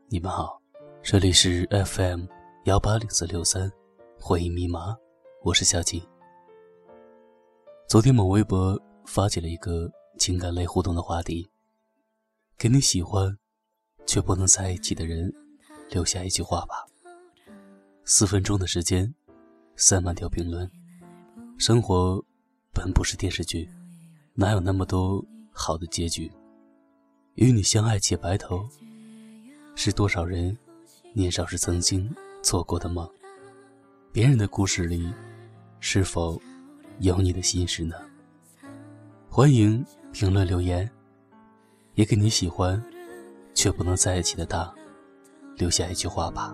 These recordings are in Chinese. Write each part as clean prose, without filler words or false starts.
你们好，这里是 FM180.463 回应密码，我是小景。昨天某微博发起了一个情感类互动的话题，给你喜欢却不能在一起的人留下一句话吧。4分钟的时间，3万条评论。生活本不是电视剧，哪有那么多好的结局？与你相爱且白头，是多少人年少时曾经做过的梦？别人的故事里，是否有你的心事呢？欢迎评论留言，也给你喜欢却不能在一起的他留下一句话吧。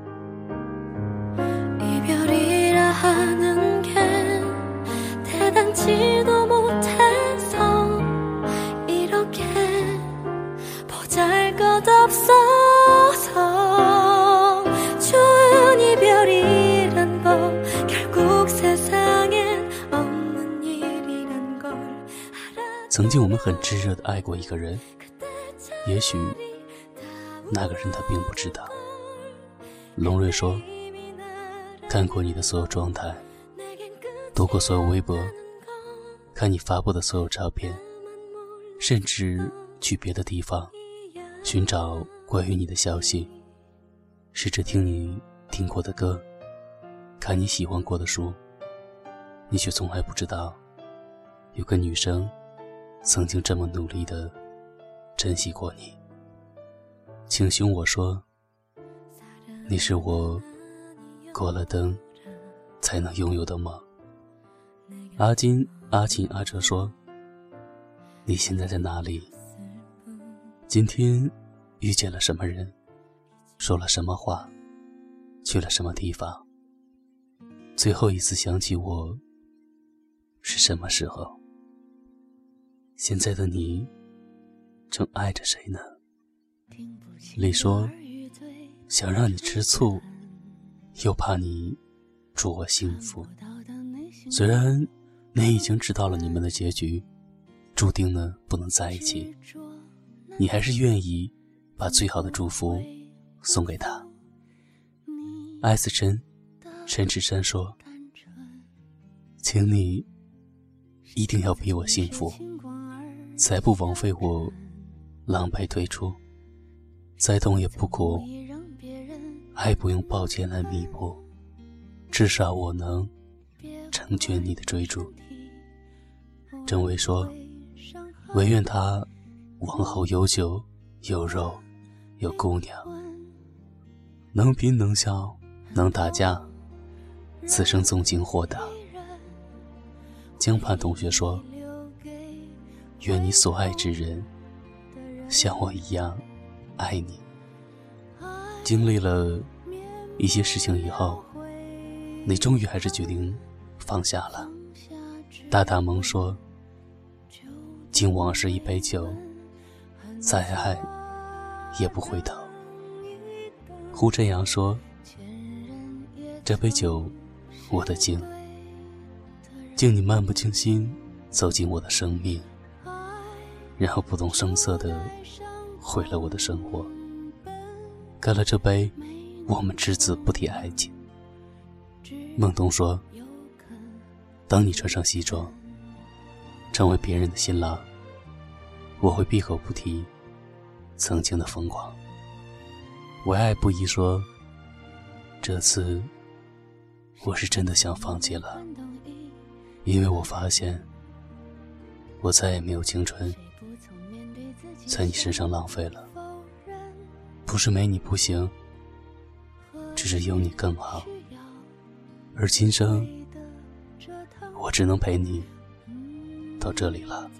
曾经我们很炙热地爱过一个人，也许那个人他并不知道。龙瑞说，看过你的所有状态，读过所有微博，看你发布的所有照片，甚至去别的地方寻找关于你的消息，试着听你听过的歌，看你喜欢过的书，你却从来不知道有个女生曾经这么努力地珍惜过你。请凶我说，你是我过了灯才能拥有的梦。阿金、阿琴、阿哲说，你现在在哪里？今天遇见了什么人，说了什么话，去了什么地方？最后一次想起我是什么时候？现在的你正爱着谁呢？李说，想让你吃醋，又怕你祝我幸福。虽然你已经知道了你们的结局，注定呢不能在一起，你还是愿意把最好的祝福送给他。艾斯琛陈志山说，请你一定要比我幸福，才不枉费我狼狈退出，再痛也不苦，爱不用抱歉来弥补，至少我能成全你的追逐。郑伟说，唯愿他往后有酒有肉有姑娘，能拼能笑能打架，此生纵情豁达。江畔同学说，愿你所爱之人像我一样爱你。经历了一些事情以后，你终于还是决定放下了。大大萌说，敬往事一杯酒，再爱也不回头。胡振阳说，这杯酒我的敬，敬你漫不经心走进我的生命，然后不动声色地毁了我的生活。干了这杯，我们只字不提爱情。孟东说，当你穿上西装，成为别人的新郎，我会闭口不提曾经的疯狂。唯爱不疑说，这次我是真的想放弃了，因为我发现我再也没有青春在你身上浪费了。不是没你不行，只是有你更好，而今生我只能陪你到这里了。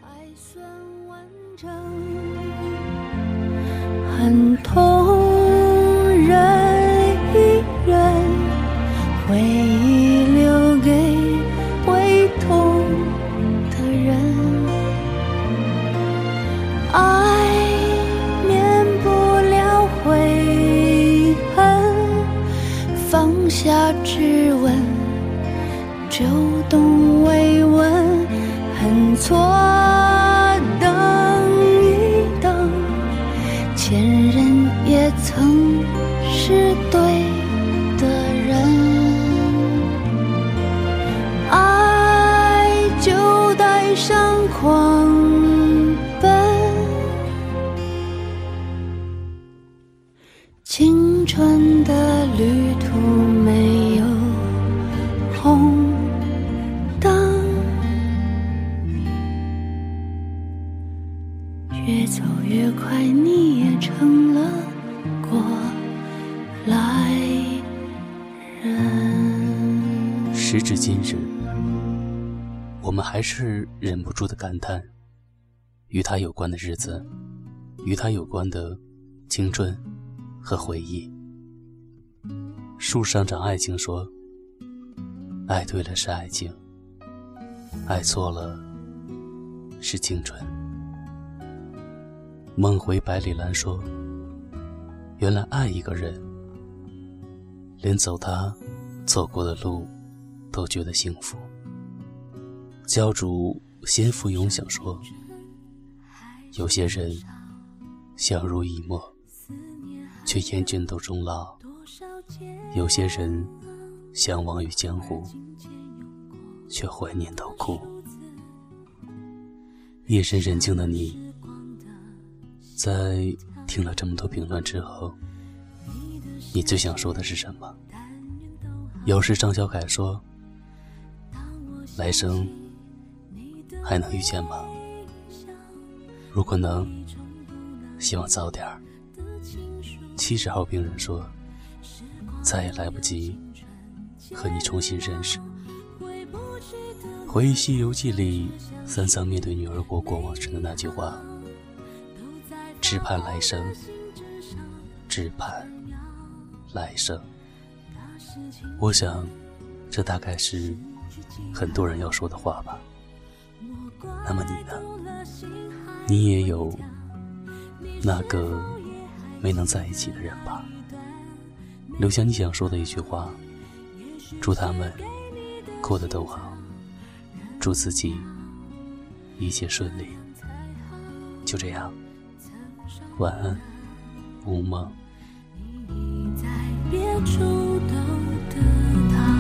很痛，人一人，回忆留给会痛的人，爱免不了悔恨，放下质问，就懂慰问，很错等一等，前人也曾时至今日，我们还是忍不住的感叹，与他有关的日子，与他有关的青春和回忆。树上长爱情说，爱对了是爱情，爱错了是青春。梦回百里兰说，原来爱一个人，连走他走过的路都觉得幸福。教主先福永想说，有些人相濡以沫，却厌倦都终老；有些人相忘于江湖，却怀念到哭。夜深人静的你，在听了这么多评论之后，你最想说的是什么？有时张小凯说，来生还能遇见吗？如果能，希望早点儿。70号病人说，再也来不及和你重新认识。回忆《西游记》里三藏面对女儿国国王时的那句话，只盼来生，只盼来生。我想这大概是很多人要说的话吧。那么你呢？你也有那个没能在一起的人吧？留下你想说的一句话，祝他们过得都好，祝自己一切顺利。就这样，晚安，无梦。你在别处都得到。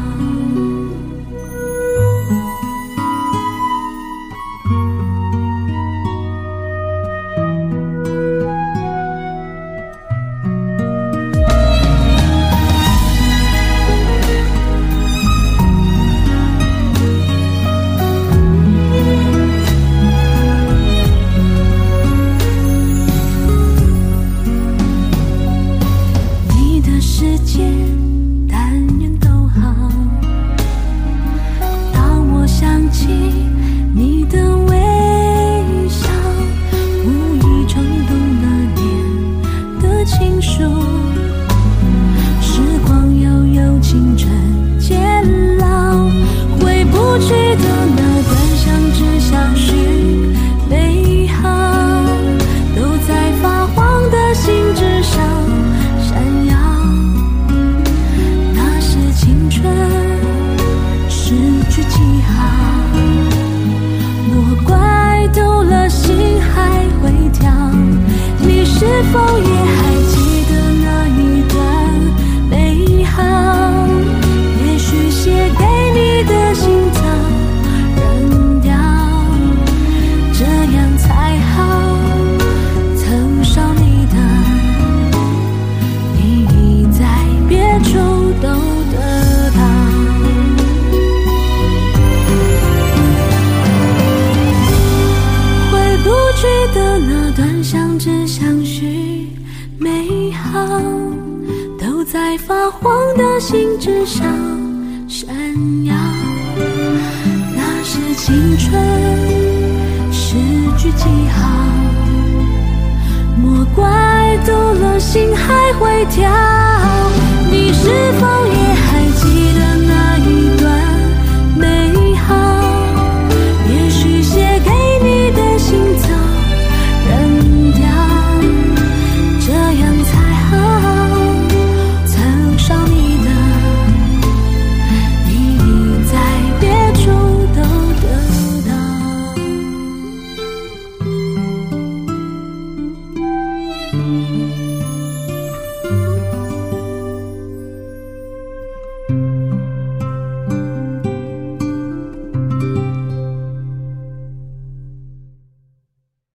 否也还记得那一段美好？也许写给你的信早扔掉，这样才好。曾少你的，你已在别处都得到。回不去的那段相知相许美好，都在发黄的信纸上闪耀。那是青春，诗句记号，莫怪读了心还会跳。你是否也